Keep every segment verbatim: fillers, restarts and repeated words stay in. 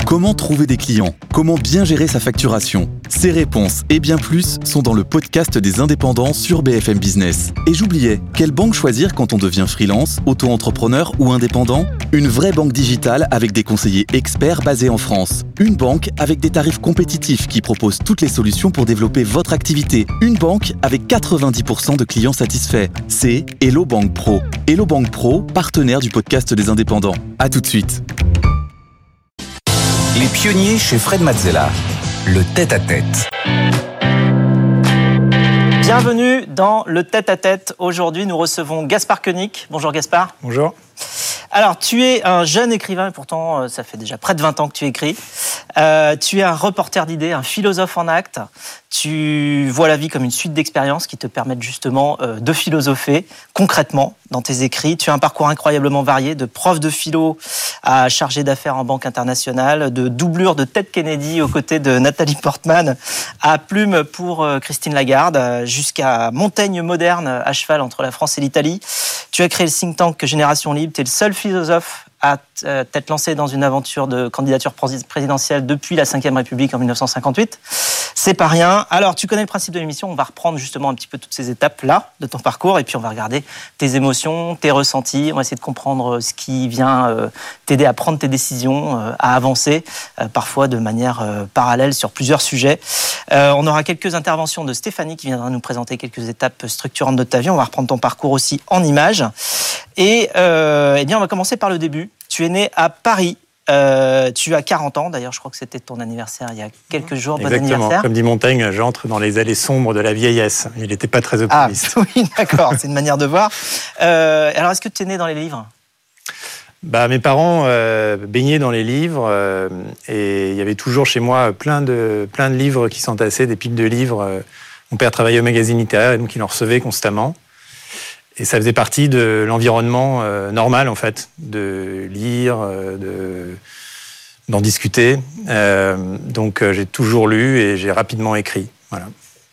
Comment trouver des clients ? Comment bien gérer sa facturation ? Ces réponses et bien plus sont dans le podcast des indépendants sur B F M Business. Et j'oubliais, quelle banque choisir quand on devient freelance, auto-entrepreneur ou indépendant ? Une vraie banque digitale avec des conseillers experts basés en France. Une banque avec des tarifs compétitifs qui propose toutes les solutions pour développer votre activité. Une banque avec quatre-vingt-dix pour cent de clients satisfaits. C'est Hello Bank Pro. Hello Bank Pro, partenaire du podcast des indépendants. À tout de suite. Les pionniers chez Fred Mazzella, le tête-à-tête. Bienvenue dans le tête-à-tête. Aujourd'hui, nous recevons Gaspard Koenig. Bonjour Gaspard. Bonjour. Alors, tu es un jeune écrivain et pourtant, ça fait déjà près de vingt ans que tu écris. Euh, tu es un reporter d'idées, un philosophe en acte. Tu vois la vie comme une suite d'expériences qui te permettent justement euh, de philosopher concrètement dans tes écrits. Tu as un parcours incroyablement varié, de prof de philo à chargé d'affaires en banque internationale, de doublure de Ted Kennedy aux côtés de Nathalie Portman, à plume pour euh, Christine Lagarde, jusqu'à Montaigne moderne à cheval entre la France et l'Italie. Tu as créé le think tank Génération Libre. Tu es le seul philosophe à t'être lancé dans une aventure de candidature présidentielle depuis la cinquième République en dix-neuf cent cinquante-huit. C'est pas rien. Alors, tu connais le principe de l'émission. On va reprendre justement un petit peu toutes ces étapes-là de ton parcours et puis on va regarder tes émotions, tes ressentis. On va essayer de comprendre ce qui vient euh, t'aider à prendre tes décisions, euh, à avancer, euh, parfois de manière euh, parallèle sur plusieurs sujets. Euh, on aura quelques interventions de Stéphanie qui viendra nous présenter quelques étapes structurantes de ta vie. On va reprendre ton parcours aussi en images. Et euh, eh bien, on va commencer par le début. Tu es né à Paris. Euh, tu as quarante ans, d'ailleurs, je crois que c'était ton anniversaire il y a quelques jours. Bon Exactement. Anniversaire. Comme dit Montaigne, j'entre dans les allées sombres de la vieillesse. Il n'était pas très optimiste. Ah, oui, d'accord, c'est une manière de voir. Euh, alors, est-ce que tu es né dans les livres ? Bah, mes parents euh, baignaient dans les livres euh, et il y avait toujours chez moi plein de, plein de livres qui s'entassaient, des piles de livres. Mon père travaillait au magazine littéraire et donc il en recevait constamment. Et ça faisait partie de l'environnement euh, normal, en fait, de lire, euh, de, d'en discuter. Euh, donc, euh, j'ai toujours lu et j'ai rapidement écrit. Voilà.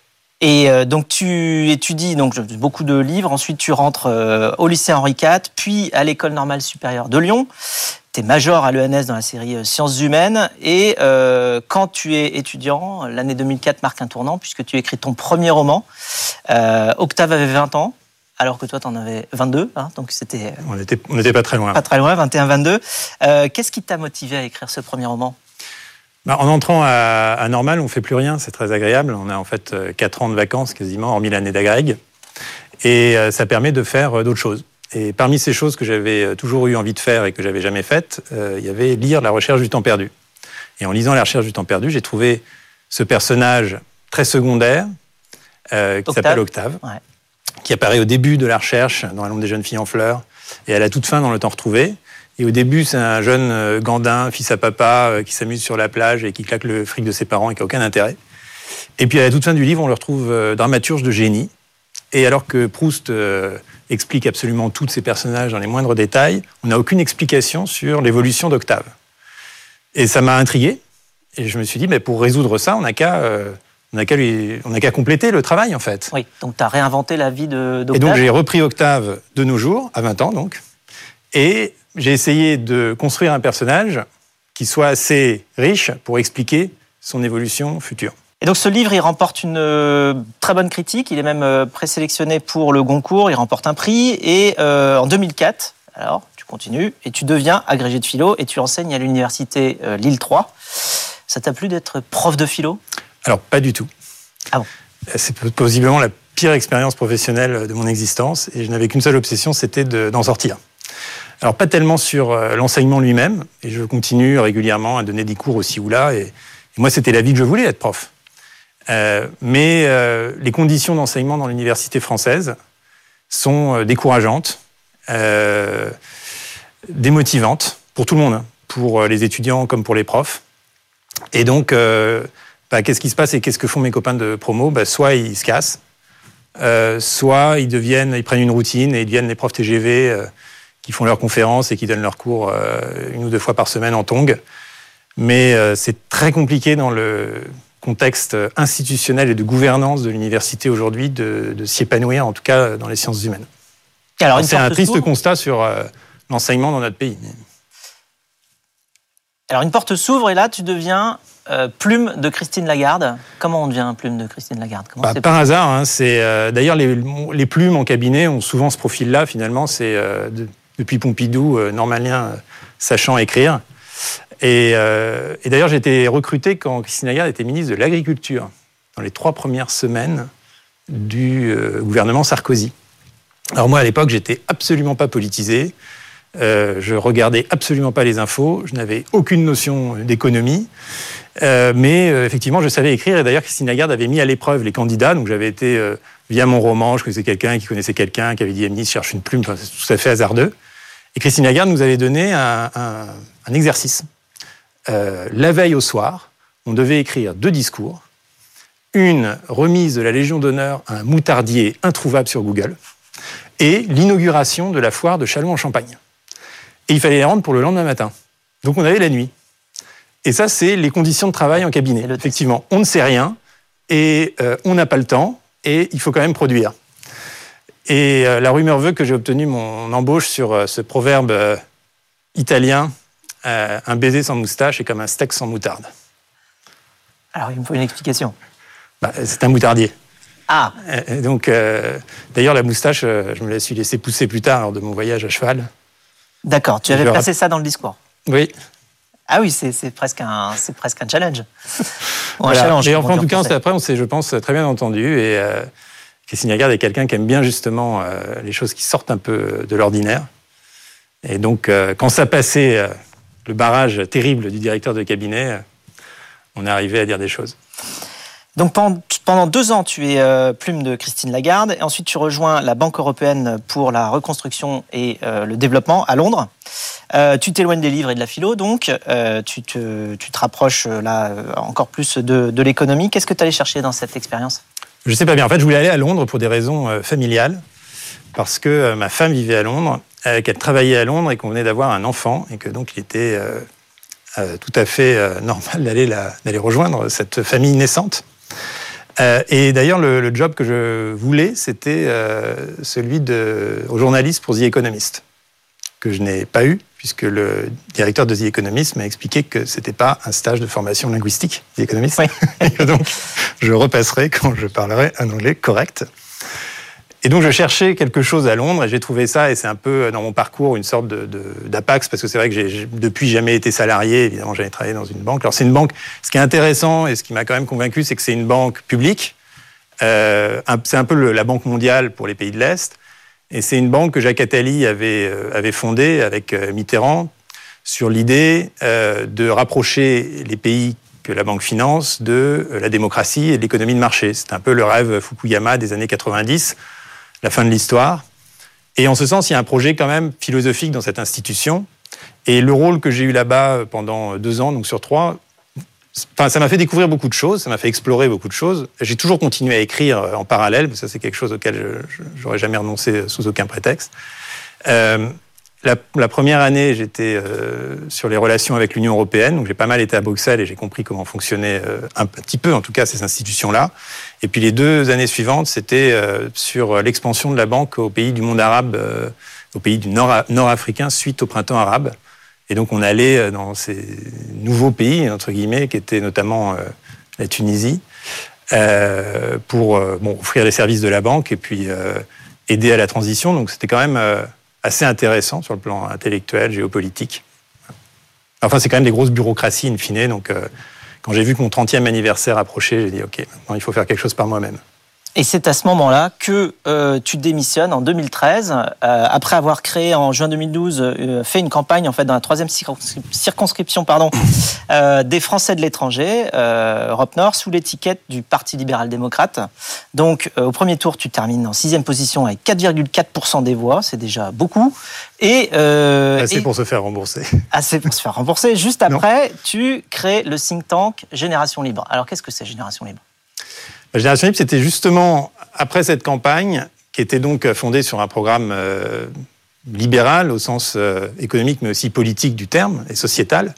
Et euh, donc, tu étudies donc, beaucoup de livres. Ensuite, tu rentres euh, au lycée Henri quatre, puis à l'École normale supérieure de Lyon. Tu es major à l'E N S dans la série Sciences humaines. Et euh, quand tu es étudiant, l'année deux mille quatre marque un tournant, puisque tu écris ton premier roman. Euh, Octave avait vingt ans. Alors que toi, tu en avais vingt-deux, hein, donc c'était... On n'était on n'était pas très loin. Pas très loin, vingt et un vingt-deux. Euh, qu'est-ce qui t'a motivé à écrire ce premier roman ? Bah, en entrant à, à Normal, on ne fait plus rien, c'est très agréable. On a en fait quatre ans de vacances quasiment, hormis l'année d'agrég. Et euh, ça permet de faire d'autres choses. Et parmi ces choses que j'avais toujours eu envie de faire et que j'avais jamais faites, euh, il y avait lire La recherche du temps perdu. Et en lisant La recherche du temps perdu, j'ai trouvé ce personnage très secondaire euh, qui Octave. s'appelle Octave. Ouais. Qui apparaît au début de la recherche dans La L'ombre des jeunes filles en fleurs et à la toute fin dans Le temps retrouvé. Et au début, c'est un jeune euh, gandin, fils à papa, euh, qui s'amuse sur la plage et qui claque le fric de ses parents et qui n'a aucun intérêt. Et puis à la toute fin du livre, on le retrouve euh, dramaturge de génie. Et alors que Proust euh, explique absolument tous ces personnages dans les moindres détails, on n'a aucune explication sur l'évolution d'Octave. Et ça m'a intrigué. Et je me suis dit, mais pour résoudre ça, on n'a qu'à... Euh, On n'a qu'à, lui, on n'a qu'à compléter le travail, en fait. Oui, donc tu as réinventé la vie de, d'Octave. Et donc, j'ai repris Octave de nos jours, à vingt ans, donc. Et j'ai essayé de construire un personnage qui soit assez riche pour expliquer son évolution future. Et donc, ce livre, il remporte une euh, très bonne critique. Il est même euh, présélectionné pour le Goncourt. Il remporte un prix. Et euh, en deux mille quatre, alors, tu continues, et tu deviens agrégé de philo et tu enseignes à l'université euh, Lille trois. Ça t'a plu d'être prof de philo ? Alors, pas du tout. Ah bon ? C'est possiblement la pire expérience professionnelle de mon existence et je n'avais qu'une seule obsession, c'était de, d'en sortir. Alors, pas tellement sur l'enseignement lui-même, et je continue régulièrement à donner des cours aussi ou là, et, et moi, c'était la vie que je voulais, être prof. Euh, mais euh, les conditions d'enseignement dans l'université française sont décourageantes, euh, démotivantes, pour tout le monde, hein, pour les étudiants comme pour les profs. Et donc... Euh, Bah, qu'est-ce qui se passe et qu'est-ce que font mes copains de promo ? Bah, soit ils se cassent, euh, soit ils deviennent, ils prennent une routine et ils deviennent les profs T G V euh, qui font leurs conférences et qui donnent leurs cours euh, une ou deux fois par semaine en tongs. Mais euh, c'est très compliqué dans le contexte institutionnel et de gouvernance de l'université aujourd'hui de, de s'y épanouir, en tout cas dans les sciences humaines. Alors, c'est un triste constat sur euh, l'enseignement dans notre pays. Alors une porte s'ouvre et là tu deviens euh, plume de Christine Lagarde. Comment on devient plume de Christine Lagarde? Comment bah, c'est Par hasard. Hein, c'est, euh, d'ailleurs, les, les plumes en cabinet ont souvent ce profil-là, finalement. C'est euh, de, depuis Pompidou, euh, normalien euh, sachant écrire. Et, euh, et d'ailleurs, j'ai été recruté quand Christine Lagarde était ministre de l'Agriculture, dans les trois premières semaines du euh, gouvernement Sarkozy. Alors moi, à l'époque, j'étais absolument pas politisé. Euh, je regardais absolument pas les infos, je n'avais aucune notion d'économie, euh, mais euh, effectivement, je savais écrire. Et d'ailleurs, Christine Lagarde avait mis à l'épreuve les candidats. Donc, j'avais été euh, via mon roman, je connaissais quelqu'un qui connaissait quelqu'un qui avait dit "Émilie, je cherche une plume." Enfin, c'est tout à fait hasardeux. Et Christine Lagarde nous avait donné un, un, un exercice. Euh, la veille au soir, on devait écrire deux discours. Une remise de la Légion d'honneur à un moutardier introuvable sur Google et l'inauguration de la foire de Châlons-en-Champagne. Et il fallait les rendre pour le lendemain matin. Donc on avait la nuit. Et ça, c'est les conditions de travail en cabinet. Effectivement, on ne sait rien et euh, on n'a pas le temps et il faut quand même produire. Et euh, la rumeur veut que j'ai obtenu mon embauche sur euh, ce proverbe euh, italien euh, un baiser sans moustache est comme un steak sans moutarde. Alors il me faut une explication. Bah, c'est un moutardier. Ah. Et donc, euh, d'ailleurs, la moustache, euh, je me la suis laissée pousser plus tard lors de mon voyage à cheval. D'accord, tu avais je placé rapp... ça dans le discours. Oui. Ah oui, c'est, c'est, presque, un, c'est presque un challenge. Bon, voilà. Un challenge. Et enfin, en tout cas, après, on s'est, je pense, très bien entendu. Et euh, Christine Lagarde est quelqu'un qui aime bien justement euh, les choses qui sortent un peu de l'ordinaire. Et donc, euh, quand ça passait euh, le barrage terrible du directeur de cabinet, euh, on est arrivé à dire des choses. Donc pendant deux ans, tu es euh, plume de Christine Lagarde, et ensuite tu rejoins la Banque européenne pour la reconstruction et euh, le développement à Londres. Euh, tu t'éloignes des livres et de la philo, donc euh, tu, te, tu te rapproches là encore plus de, de l'économie. Qu'est-ce que tu allais chercher dans cette expérience? Je ne sais pas bien. En fait, je voulais aller à Londres pour des raisons euh, familiales, parce que euh, ma femme vivait à Londres, euh, qu'elle travaillait à Londres et qu'on venait d'avoir un enfant, et que donc il était euh, euh, tout à fait euh, normal d'aller, la, d'aller rejoindre cette famille naissante. Euh, et d'ailleurs, le, le job que je voulais, c'était euh, celui de journaliste pour The Economist, que je n'ai pas eu, puisque le directeur de The Economist m'a expliqué que ce n'était pas un stage de formation linguistique, The Economist. Oui. Et que donc, je repasserai quand je parlerai un anglais correct. Et donc, je cherchais quelque chose à Londres et j'ai trouvé ça, et c'est un peu dans mon parcours une sorte de, de, d'apax, parce que c'est vrai que j'ai, j'ai depuis jamais été salarié, évidemment, j'avais travaillé dans une banque. Alors, c'est une banque, ce qui est intéressant et ce qui m'a quand même convaincu, c'est que c'est une banque publique. Euh, c'est un peu le, la Banque mondiale pour les pays de l'Est. Et c'est une banque que Jacques Attali avait, euh, avait fondée avec euh, Mitterrand sur l'idée euh, de rapprocher les pays que la banque finance de euh, la démocratie et de l'économie de marché. C'est un peu le rêve Fukuyama des années quatre-vingt-dix. La fin de l'histoire. Et en ce sens, il y a un projet quand même philosophique dans cette institution. Et le rôle que j'ai eu là-bas pendant deux ans, donc sur trois, enfin, ça m'a fait découvrir beaucoup de choses, ça m'a fait explorer beaucoup de choses. J'ai toujours continué à écrire en parallèle, ça c'est quelque chose auquel je n'aurais jamais renoncé sous aucun prétexte. Euh, la, la première année, j'étais euh, sur les relations avec l'Union européenne, donc j'ai pas mal été à Bruxelles et j'ai compris comment fonctionnaient euh, un petit peu, en tout cas, ces institutions-là. Et puis les deux années suivantes, c'était euh, sur l'expansion de la banque aux pays du monde arabe, euh, aux pays du nord, nord-africain, suite au printemps arabe. Et donc on allait dans ces nouveaux pays, entre guillemets, qui étaient notamment euh, la Tunisie, euh, pour euh, bon, offrir les services de la banque et puis euh, aider à la transition. Donc c'était quand même euh, assez intéressant sur le plan intellectuel, géopolitique. Enfin, c'est quand même des grosses bureaucraties, in fine. Donc, euh, quand j'ai vu que mon trentième anniversaire approchait, j'ai dit, OK, maintenant, il faut faire quelque chose par moi-même. Et c'est à ce moment-là que euh, tu démissionnes en deux mille treize, euh, après avoir créé en juin deux mille douze, euh, fait une campagne en fait dans la troisième circonscri- circonscription pardon, euh, des Français de l'étranger, euh, Europe Nord, sous l'étiquette du Parti libéral-démocrate. Donc euh, au premier tour, tu termines en sixième position avec quatre virgule quatre pour cent des voix, c'est déjà beaucoup. Et, euh, assez et, pour se faire rembourser. Assez pour se faire rembourser. Juste après, non. Tu crées le think tank Génération Libre. Alors qu'est-ce que c'est Génération Libre ? La Génération Libre, c'était justement après cette campagne, qui était donc fondée sur un programme euh, libéral au sens euh, économique, mais aussi politique du terme, et sociétal.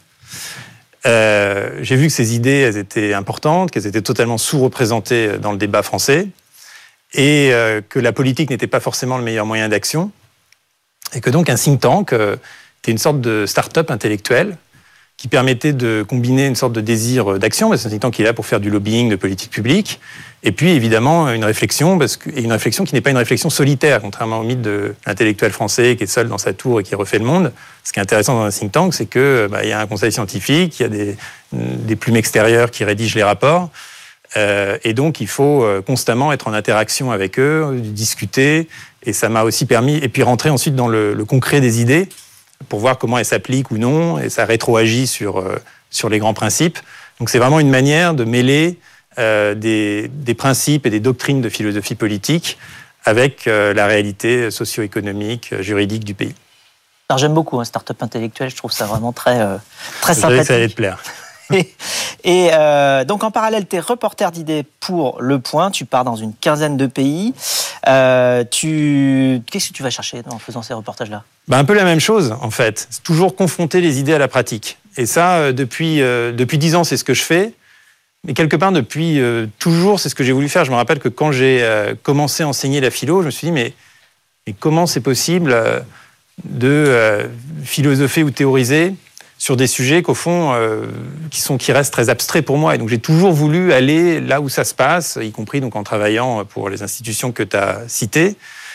Euh, j'ai vu que ces idées, elles étaient importantes, qu'elles étaient totalement sous-représentées dans le débat français, et euh, que la politique n'était pas forcément le meilleur moyen d'action, et que donc un think tank euh, était une sorte de start-up intellectuelle qui permettait de combiner une sorte de désir d'action, parce que c'est un think tank qui est là pour faire du lobbying, de politique publique, et puis évidemment une réflexion, parce que, et une réflexion qui n'est pas une réflexion solitaire, contrairement au mythe de l'intellectuel français qui est seul dans sa tour et qui refait le monde. Ce qui est intéressant dans un think tank, c'est que bah, y a un conseil scientifique, il y a des, des plumes extérieures qui rédigent les rapports, euh, et donc il faut constamment être en interaction avec eux, discuter, et ça m'a aussi permis, et puis rentrer ensuite dans le, le concret des idées, pour voir comment elles s'appliquent ou non, et ça rétroagit sur, euh, sur les grands principes. Donc c'est vraiment une manière de mêler euh, des, des principes et des doctrines de philosophie politique avec euh, la réalité socio-économique, juridique du pays. Alors j'aime beaucoup un hein, start-up intellectuel, je trouve ça vraiment très, euh, très je sympathique. Que ça allait te plaire. Et, et euh, donc en parallèle, tu es reporter d'idées pour Le Point, tu pars dans une quinzaine de pays. Euh, tu... Qu'est-ce que tu vas chercher en faisant ces reportages-là ? Ben, un peu la même chose, en fait. C'est toujours confronter les idées à la pratique. Et ça, euh, depuis, euh, depuis dix ans, c'est ce que je fais. Mais quelque part, depuis euh, toujours, c'est ce que j'ai voulu faire. Je me rappelle que quand j'ai euh, commencé à enseigner la philo, je me suis dit, mais, mais comment c'est possible euh, de euh, philosopher ou théoriser sur des sujets qu'au fond, euh, qui, sont, qui restent très abstraits pour moi. Et donc j'ai toujours voulu aller là où ça se passe, y compris donc, en travaillant pour les institutions que tu as citées.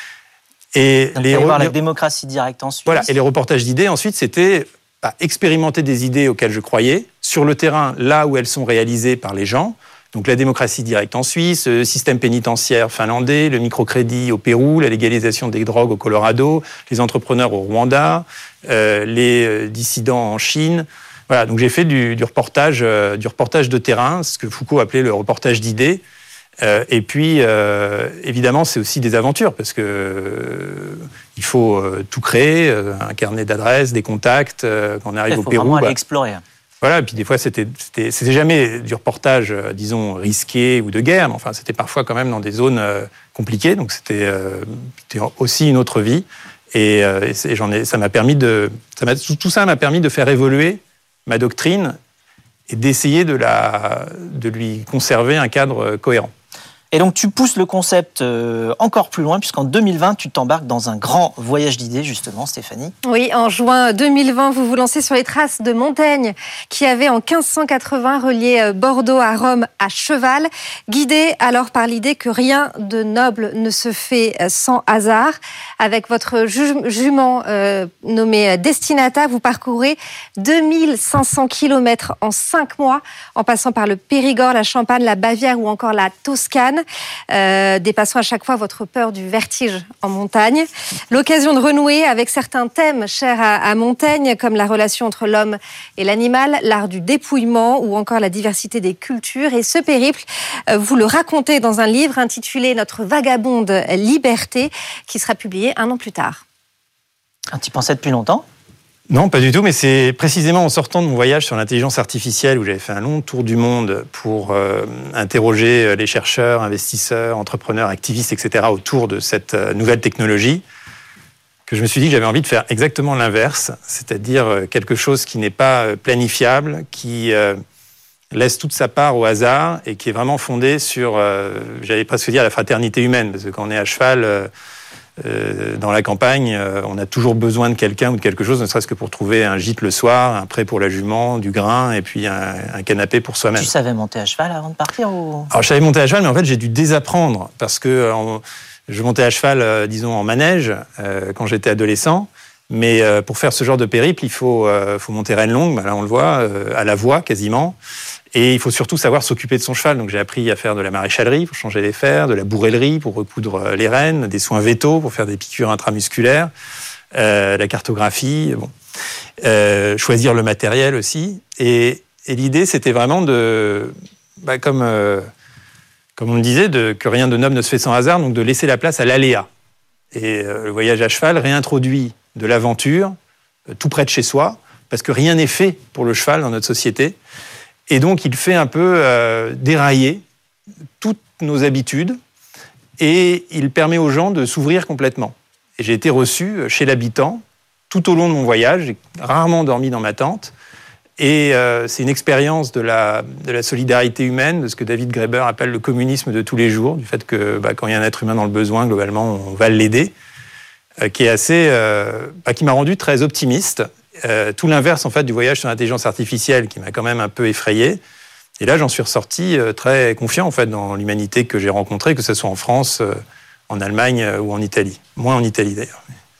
Et donc, les, voir la démocratie directe en Suisse. Voilà, et les reportages d'idées, ensuite, c'était bah, expérimenter des idées auxquelles je croyais, sur le terrain, là où elles sont réalisées par les gens. Donc la démocratie directe en Suisse, le système pénitentiaire finlandais, le microcrédit au Pérou, la légalisation des drogues au Colorado, les entrepreneurs au Rwanda, euh, les dissidents en Chine. Voilà, donc j'ai fait du, du, reportage, euh, du reportage de terrain, ce que Foucault appelait le reportage d'idées. Euh, et puis, euh, évidemment, c'est aussi des aventures, parce que euh, il faut euh, tout créer, euh, un carnet d'adresses, des contacts, euh, quand on arrive il au faut Pérou. Vraiment aller bah, explorer. Voilà, et puis des fois, c'était, c'était, c'était jamais du reportage, euh, disons, risqué ou de guerre, mais enfin, c'était parfois quand même dans des zones euh, compliquées, donc c'était, euh, c'était aussi une autre vie. Et, euh, et j'en ai, ça m'a permis de, ça m'a, tout ça m'a permis de faire évoluer ma doctrine et d'essayer de, la, de lui conserver un cadre cohérent. Et donc, tu pousses le concept euh, encore plus loin, puisqu'en deux mille vingt, tu t'embarques dans un grand voyage d'idées, justement, Stéphanie. Oui, en juin deux mille vingt, vous vous lancez sur les traces de Montaigne, qui avait en quinze cent quatre-vingts relié Bordeaux à Rome à cheval, guidé alors par l'idée que rien de noble ne se fait sans hasard. Avec votre ju- jument euh, nommé Destinata, vous parcourez deux mille cinq cents kilomètres en cinq mois, en passant par le Périgord, la Champagne, la Bavière ou encore la Toscane. Euh, dépassant à chaque fois votre peur du vertige en montagne. L'occasion de renouer avec certains thèmes chers à, à Montaigne, comme la relation entre l'homme et l'animal, l'art du dépouillement ou encore la diversité des cultures. Et ce périple, euh, vous le racontez dans un livre intitulé « Notre vagabonde liberté » qui sera publié un an plus tard. Ah, tu y pensais depuis longtemps ? Non, pas du tout, mais c'est précisément en sortant de mon voyage sur l'intelligence artificielle où j'avais fait un long tour du monde pour euh, interroger les chercheurs, investisseurs, entrepreneurs, activistes, et cetera autour de cette euh, nouvelle technologie que je me suis dit que j'avais envie de faire exactement l'inverse, c'est-à-dire quelque chose qui n'est pas planifiable, qui euh, laisse toute sa part au hasard et qui est vraiment fondé sur, euh, j'allais presque dire, la fraternité humaine, parce que quand on est à cheval... Euh, Euh, dans la campagne, euh, on a toujours besoin de quelqu'un ou de quelque chose, ne serait-ce que pour trouver un gîte le soir, un prêt pour la jument, du grain et puis un, un canapé pour soi-même. Tu savais monter à cheval avant de partir ou... Alors je savais monter à cheval, mais en fait j'ai dû désapprendre parce que euh, je montais à cheval, euh, disons en manège, euh, quand j'étais adolescent. Mais euh, pour faire ce genre de périple, il faut, euh, faut monter reine longue, bah, là on le voit, euh, à la voie quasiment. Et il faut surtout savoir s'occuper de son cheval. Donc j'ai appris à faire de la maréchalerie pour changer les fers, de la bourrellerie pour recoudre les rênes, des soins vétos pour faire des piqûres intramusculaires, euh, la cartographie, bon. euh, choisir le matériel aussi. Et, et l'idée, c'était vraiment de, bah, comme, euh, comme on le disait, de, que rien de noble ne se fait sans hasard, donc de laisser la place à l'aléa. Et euh, le voyage à cheval réintroduit de l'aventure euh, tout près de chez soi, parce que rien n'est fait pour le cheval dans notre société. Et donc, il fait un peu euh, dérailler toutes nos habitudes et il permet aux gens de s'ouvrir complètement. Et j'ai été reçu chez l'habitant tout au long de mon voyage. J'ai rarement dormi dans ma tente. Et euh, c'est une expérience de la, de la solidarité humaine, de ce que David Graeber appelle le communisme de tous les jours, du fait que bah, quand il y a un être humain dans le besoin, globalement, on va l'aider, euh, qui est assez, euh, bah, qui m'a rendu très optimiste. euh, tout l'inverse en fait du voyage sur l'intelligence artificielle qui m'a quand même un peu effrayé. Et là, j'en suis ressorti euh, très confiant en fait dans l'humanité que j'ai rencontrée, que ce soit en France, euh, en Allemagne euh, ou en Italie. Moins en Italie d'ailleurs.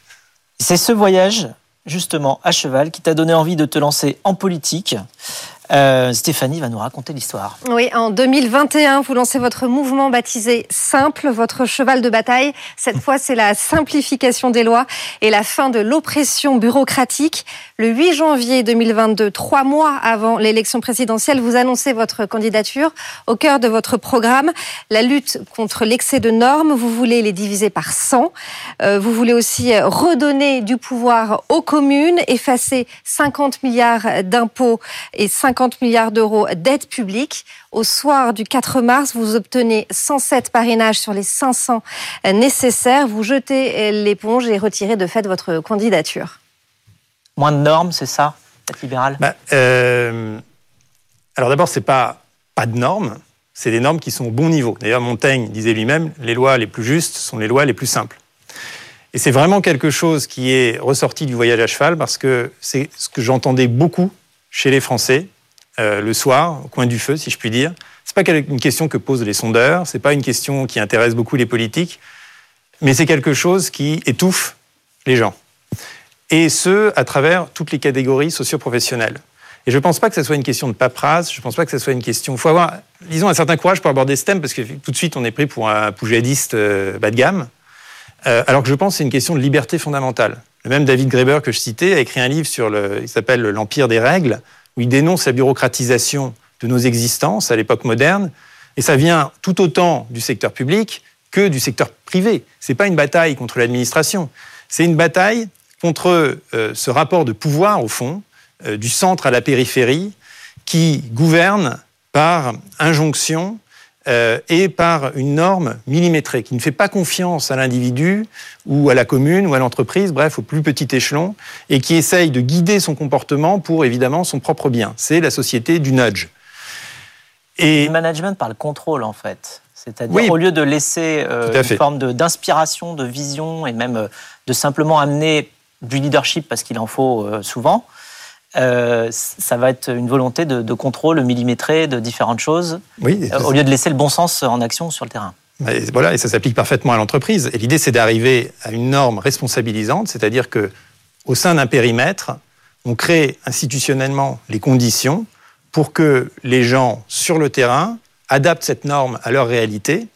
C'est ce voyage, justement, à cheval, qui t'a donné envie de te lancer en politique. Euh, Stéphanie va nous raconter l'histoire. Oui, en deux mille vingt et un, vous lancez votre mouvement baptisé Simple, votre cheval de bataille. Cette fois, c'est la simplification des lois et la fin de l'oppression bureaucratique. Le huit janvier deux mille vingt-deux, trois mois avant l'élection présidentielle, vous annoncez votre candidature. Au cœur de votre programme, la lutte contre l'excès de normes. Vous voulez les diviser par cent. Euh, vous voulez aussi redonner du pouvoir aux communes, effacer cinquante milliards d'impôts et cinquante milliards d'euros d'aide publique. Au soir du quatre mars, vous obtenez cent sept parrainages sur les cinq cents nécessaires. Vous jetez l'éponge et retirez de fait votre candidature. Moins de normes, c'est ça, être libéral bah, euh, Alors d'abord, c'est pas pas de normes, c'est des normes qui sont au bon niveau. D'ailleurs, Montaigne disait lui-même, les lois les plus justes sont les lois les plus simples. Et c'est vraiment quelque chose qui est ressorti du voyage à cheval parce que c'est ce que j'entendais beaucoup chez les Français. Euh, le soir, au coin du feu, si je puis dire. C'est pas une question que posent les sondeurs, c'est pas une question qui intéresse beaucoup les politiques, mais c'est quelque chose qui étouffe les gens. Et ce, à travers toutes les catégories socio-professionnelles. Et je pense pas que ce soit une question de paperasse, je pense pas que ce soit une question... Il faut avoir, disons, un certain courage pour aborder ce thème, parce que tout de suite, on est pris pour un poujadiste euh, bas de gamme, euh, alors que je pense que c'est une question de liberté fondamentale. Le même David Graeber que je citais a écrit un livre sur le, il s'appelle L'Empire des règles, où il dénonce la bureaucratisation de nos existences à l'époque moderne, et ça vient tout autant du secteur public que du secteur privé. C'est pas une bataille contre l'administration, c'est une bataille contre euh, ce rapport de pouvoir, au fond, euh, du centre à la périphérie, qui gouverne par injonction euh, et par une norme millimétrée, qui ne fait pas confiance à l'individu ou à la commune ou à l'entreprise, bref, au plus petit échelon, et qui essaye de guider son comportement pour, évidemment, son propre bien. C'est la société du nudge. Et... Le management par le contrôle, en fait. C'est-à-dire, oui, au lieu de laisser euh, une fait. forme de, d'inspiration, de vision, et même euh, de simplement amener du leadership, parce qu'il en faut euh, souvent, Euh, ça va être une volonté de, de contrôle millimétré de différentes choses, oui, euh, au lieu de laisser le bon sens en action sur le terrain. Et voilà, et ça s'applique parfaitement à l'entreprise. Et l'idée, c'est d'arriver à une norme responsabilisante, c'est-à-dire que, au sein d'un périmètre, on crée institutionnellement les conditions pour que les gens sur le terrain adaptent cette norme à leur réalité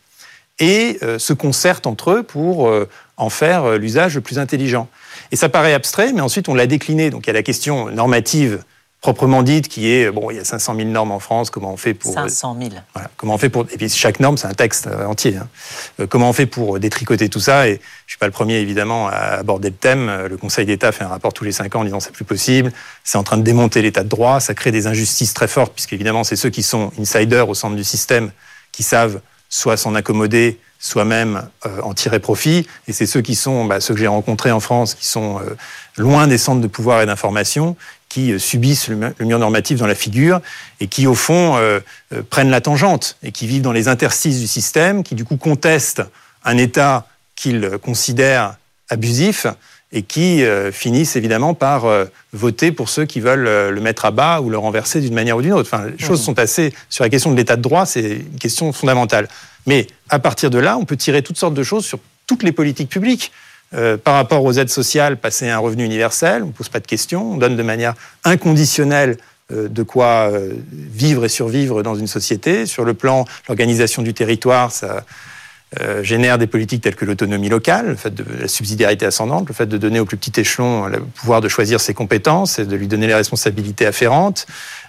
et euh, se concertent entre eux pour euh, en faire euh, l'usage le plus intelligent. Et ça paraît abstrait, mais ensuite on l'a décliné. Donc il y a la question normative proprement dite qui est, bon, il y a cinq cent mille normes en France, comment on fait pour... cinq cent mille. Voilà, comment on fait pour... Et puis chaque norme, c'est un texte entier. Hein. Euh, comment on fait pour détricoter tout ça? Et je ne suis pas le premier, évidemment, à aborder le thème. Le Conseil d'État fait un rapport tous les cinq ans en disant c'est plus possible. C'est en train de démonter l'état de droit. Ça crée des injustices très fortes, puisqu'évidemment, c'est ceux qui sont insiders au centre du système qui savent soit s'en accommoder, soit même euh, en tirer profit. Et c'est ceux qui sont, bah, ceux que j'ai rencontrés en France, qui sont euh, loin des centres de pouvoir et d'information, qui euh, subissent le, le mur normatif dans la figure et qui, au fond, euh, euh, prennent la tangente et qui vivent dans les interstices du système, qui, du coup, contestent un État qu'ils considèrent abusif et qui euh, finissent, évidemment, par euh, voter pour ceux qui veulent euh, le mettre à bas ou le renverser d'une manière ou d'une autre. Enfin, les choses sont assez... Sur la question de l'état de droit, c'est une question fondamentale. Mais à partir de là, on peut tirer toutes sortes de choses sur toutes les politiques publiques. Euh, par rapport aux aides sociales, passer à un revenu universel, on ne pose pas de questions, on donne de manière inconditionnelle euh, de quoi euh, vivre et survivre dans une société. Sur le plan de l'organisation du territoire, ça euh, génère des politiques telles que l'autonomie locale, le fait de la subsidiarité ascendante, le fait de donner au plus petit échelon le pouvoir de choisir ses compétences et de lui donner les responsabilités afférentes.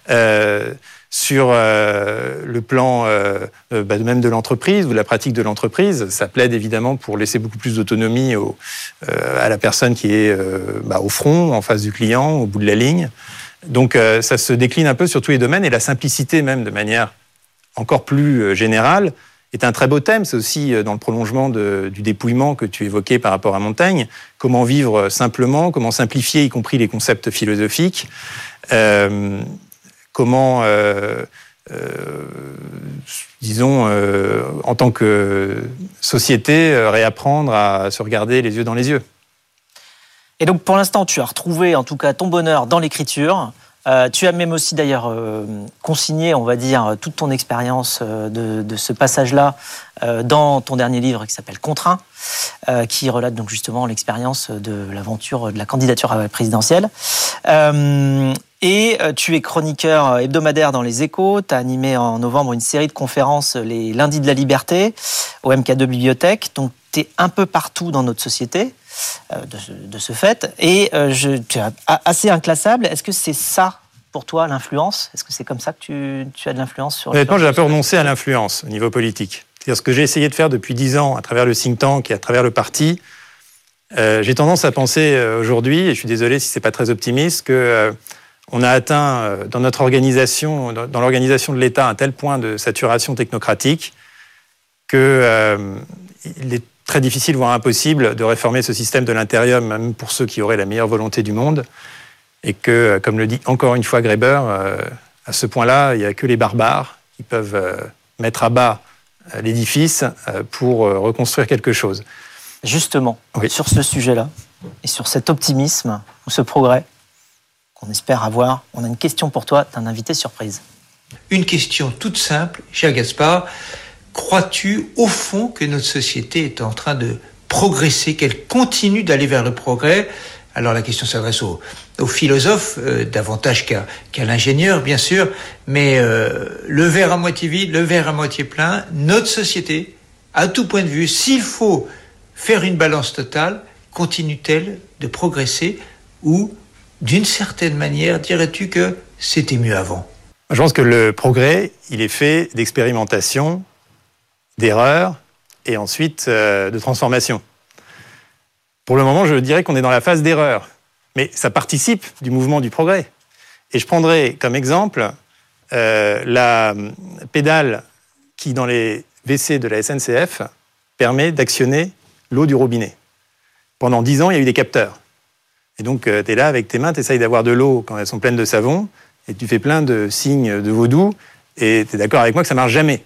Euh, Sur euh, le plan euh, bah, même de l'entreprise ou de la pratique de l'entreprise, ça plaide évidemment pour laisser beaucoup plus d'autonomie au, euh, à la personne qui est euh, bah, au front, en face du client, au bout de la ligne. Donc euh, ça se décline un peu sur tous les domaines et la simplicité même de manière encore plus générale est un très beau thème. C'est aussi dans le prolongement de, du dépouillement que tu évoquais par rapport à Montaigne. Comment vivre simplement, comment simplifier y compris les concepts philosophiques. Euh, Comment, euh, euh, disons, euh, en tant que société, euh, réapprendre à se regarder les yeux dans les yeux. Et donc pour l'instant, tu as retrouvé en tout cas ton bonheur dans l'écriture. Euh, tu as même aussi d'ailleurs euh, consigné, on va dire, toute ton expérience euh, de, de ce passage-là euh, dans ton dernier livre qui s'appelle Contraint, euh, qui relate donc justement l'expérience de l'aventure de la candidature à la présidentielle. Euh, et euh, tu es chroniqueur hebdomadaire dans Les Échos. Tu as animé en novembre une série de conférences, les Lundis de la Liberté, au M K deux Bibliothèque. Donc tu es un peu partout dans notre société. De ce, de ce fait, et euh, je, tu es assez inclassable. Est-ce que c'est ça, pour toi, l'influence ? Est-ce que c'est comme ça que tu, tu as de l'influence sur... Honnêtement, j'ai un peu renoncé à l'influence au niveau politique. C'est-à-dire ce que j'ai essayé de faire depuis dix ans à travers le think tank et à travers le parti. Euh, j'ai tendance à penser euh, aujourd'hui, et je suis désolé si c'est pas très optimiste, que euh, on a atteint euh, dans notre organisation, dans, dans l'organisation de l'État, un tel point de saturation technocratique que euh, il est très difficile, voire impossible, de réformer ce système de l'intérieur, même pour ceux qui auraient la meilleure volonté du monde. Et que, comme le dit encore une fois Graeber, euh, à ce point-là, il n'y a que les barbares qui peuvent euh, mettre à bas euh, l'édifice euh, pour euh, reconstruire quelque chose. Justement, oui. Sur ce sujet-là, et sur cet optimisme, ou ce progrès qu'on espère avoir, on a une question pour toi d'un invité surprise. Une question toute simple, cher Gaspard. Crois-tu, au fond, que notre société est en train de progresser, qu'elle continue d'aller vers le progrès ? Alors la question s'adresse aux, aux philosophes, euh, davantage qu'à, qu'à l'ingénieur, bien sûr, mais euh, le verre à moitié vide, le verre à moitié plein, notre société, à tout point de vue, s'il faut faire une balance totale, continue-t-elle de progresser ou, d'une certaine manière, dirais-tu que c'était mieux avant ? Je pense que le progrès, il est fait d'expérimentation, d'erreurs et ensuite euh, de transformation. Pour le moment, je dirais qu'on est dans la phase d'erreur, mais ça participe du mouvement du progrès. Et je prendrai comme exemple euh, la pédale qui, dans les W C de la S N C F, permet d'actionner l'eau du robinet. Pendant dix ans, il y a eu des capteurs. Et donc, euh, tu es là avec tes mains, tu essayes d'avoir de l'eau quand elles sont pleines de savon, et tu fais plein de signes de vaudou, et tu es d'accord avec moi que ça ne marche jamais.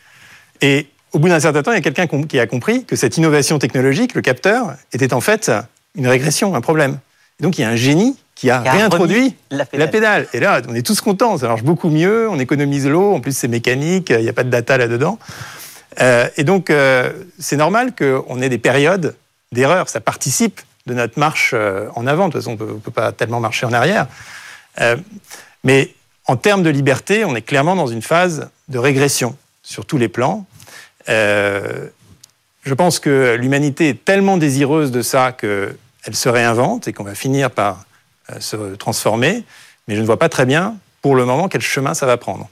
Et au bout d'un certain temps, il y a quelqu'un qui a compris que cette innovation technologique, le capteur, était en fait une régression, un problème. Et donc, il y a un génie qui a, qui a réintroduit la pédale. la pédale. Et là, on est tous contents, ça marche beaucoup mieux, on économise l'eau, en plus c'est mécanique, il n'y a pas de data là-dedans. Euh, et donc, euh, c'est normal qu'on ait des périodes d'erreur, ça participe de notre marche euh, en avant. De toute façon, on ne peut pas tellement marcher en arrière. Euh, mais en termes de liberté, on est clairement dans une phase de régression sur tous les plans. Euh, je pense que l'humanité est tellement désireuse de ça qu'elle se réinvente et qu'on va finir par euh, se transformer, mais je ne vois pas très bien, pour le moment, quel chemin ça va prendre.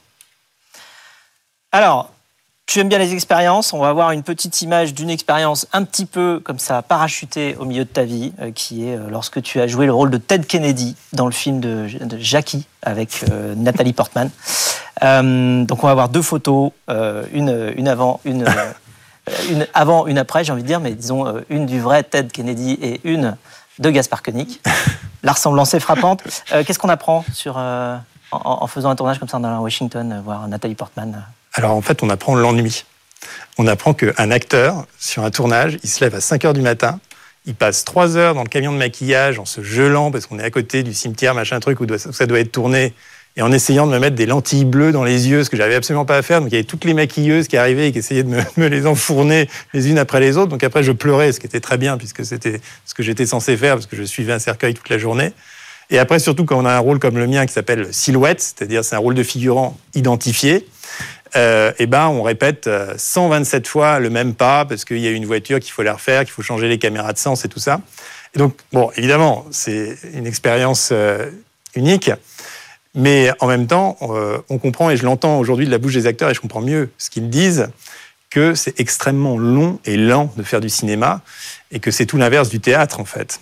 Alors, tu aimes bien les expériences, on va avoir une petite image d'une expérience un petit peu comme ça, parachutée au milieu de ta vie, euh, qui est euh, lorsque tu as joué le rôle de Ted Kennedy dans le film de, de Jackie avec euh, Nathalie Portman. Euh, donc on va avoir deux photos, euh, une, une avant, une, euh, une avant, une après, j'ai envie de dire, mais disons euh, une du vrai Ted Kennedy et une de Gaspard Koenig. La ressemblance est frappante. Euh, qu'est-ce qu'on apprend sur, euh, en, en faisant un tournage comme ça dans Washington, euh, voir Nathalie Portman ? Alors en fait, on apprend l'ennui. On apprend qu'un acteur, sur un tournage, il se lève à cinq heures du matin, il passe trois heures dans le camion de maquillage en se gelant parce qu'on est à côté du cimetière, machin truc, où ça doit être tourné, et en essayant de me mettre des lentilles bleues dans les yeux, ce que j'arrivais absolument pas à faire. Donc il y avait toutes les maquilleuses qui arrivaient et qui essayaient de me, me les enfourner les unes après les autres. Donc après, je pleurais, ce qui était très bien, puisque c'était ce que j'étais censé faire, parce que je suivais un cercueil toute la journée. Et après, surtout, quand on a un rôle comme le mien qui s'appelle silhouette, c'est-à-dire c'est un rôle de figurant identifié, euh, et ben on répète cent vingt-sept fois le même pas, parce qu'il y a une voiture qu'il faut la refaire, qu'il faut changer les caméras de sens et tout ça. Et donc, bon, évidemment, c'est une expérience euh, unique. Mais en même temps, euh, on comprend, et je l'entends aujourd'hui de la bouche des acteurs, et je comprends mieux ce qu'ils disent, que c'est extrêmement long et lent de faire du cinéma, et que c'est tout l'inverse du théâtre, en fait.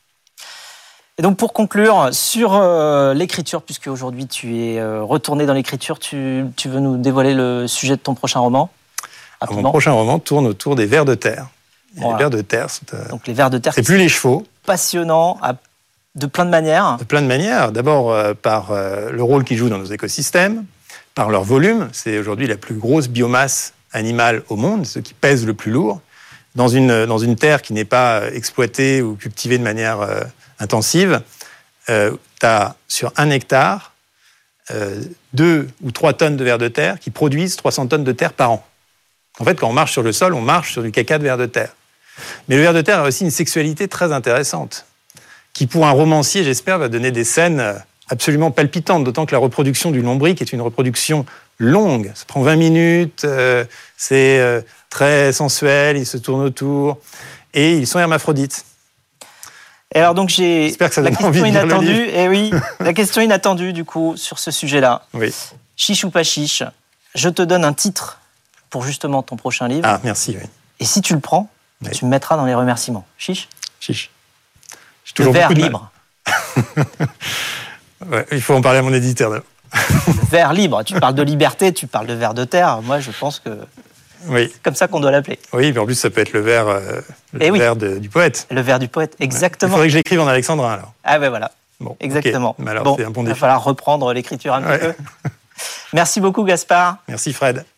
Et donc, pour conclure, sur euh, l'écriture, puisque aujourd'hui tu es euh, retourné dans l'écriture, tu, tu veux nous dévoiler le sujet de ton prochain roman ? Mon prochain roman tourne autour des vers de terre. Voilà. Les vers de terre sont... Euh, donc, les vers de terre... C'est plus les chevaux. Passionnant, à de plein de manières. De plein de manières. D'abord euh, par euh, le rôle qu'ils jouent dans nos écosystèmes, par leur volume. C'est aujourd'hui la plus grosse biomasse animale au monde, ceux qui pèsent le plus lourd. dans une, dans une terre qui n'est pas exploitée ou cultivée de manière euh, intensive, euh, tu as sur un hectare euh, deux ou trois tonnes de vers de terre qui produisent trois cents tonnes de terre par an. En fait, quand on marche sur le sol, on marche sur du caca de vers de terre. Mais le ver de terre a aussi une sexualité très intéressante, qui pour un romancier, j'espère, va donner des scènes absolument palpitantes, d'autant que la reproduction du lombric est une reproduction longue. Ça prend vingt minutes, euh, c'est euh, très sensuel, ils se tournent autour, et ils sont hermaphrodites. Et alors donc j'ai J'espère que ça la donne question envie de lire le inattendue, livre. et oui, la question inattendue du coup sur ce sujet-là. Oui. Chiche ou pas chiche, je te donne un titre pour justement ton prochain livre. Ah, merci, oui. Et si tu le prends, Oui. tu me mettras dans les remerciements. Chiche. Chiche. J'ai Le toujours vers beaucoup de mal. libre. Ouais, il faut en parler à mon éditeur. Là. Le vers libre. Tu parles de liberté, tu parles de vers de terre. Moi, je pense que Oui, c'est comme ça qu'on doit l'appeler. oui, mais en plus, ça peut être le vers, euh, le Eh oui. vers de- du poète. Le vers du poète, Il exactement. faudrait que je l'écrive en alexandrin, alors. Ah ben voilà, Bon, exactement. ok. Mais alors, bon, c'est un bon il va défi. falloir reprendre l'écriture un Ouais. petit peu. Merci beaucoup, Gaspard. Merci, Fred.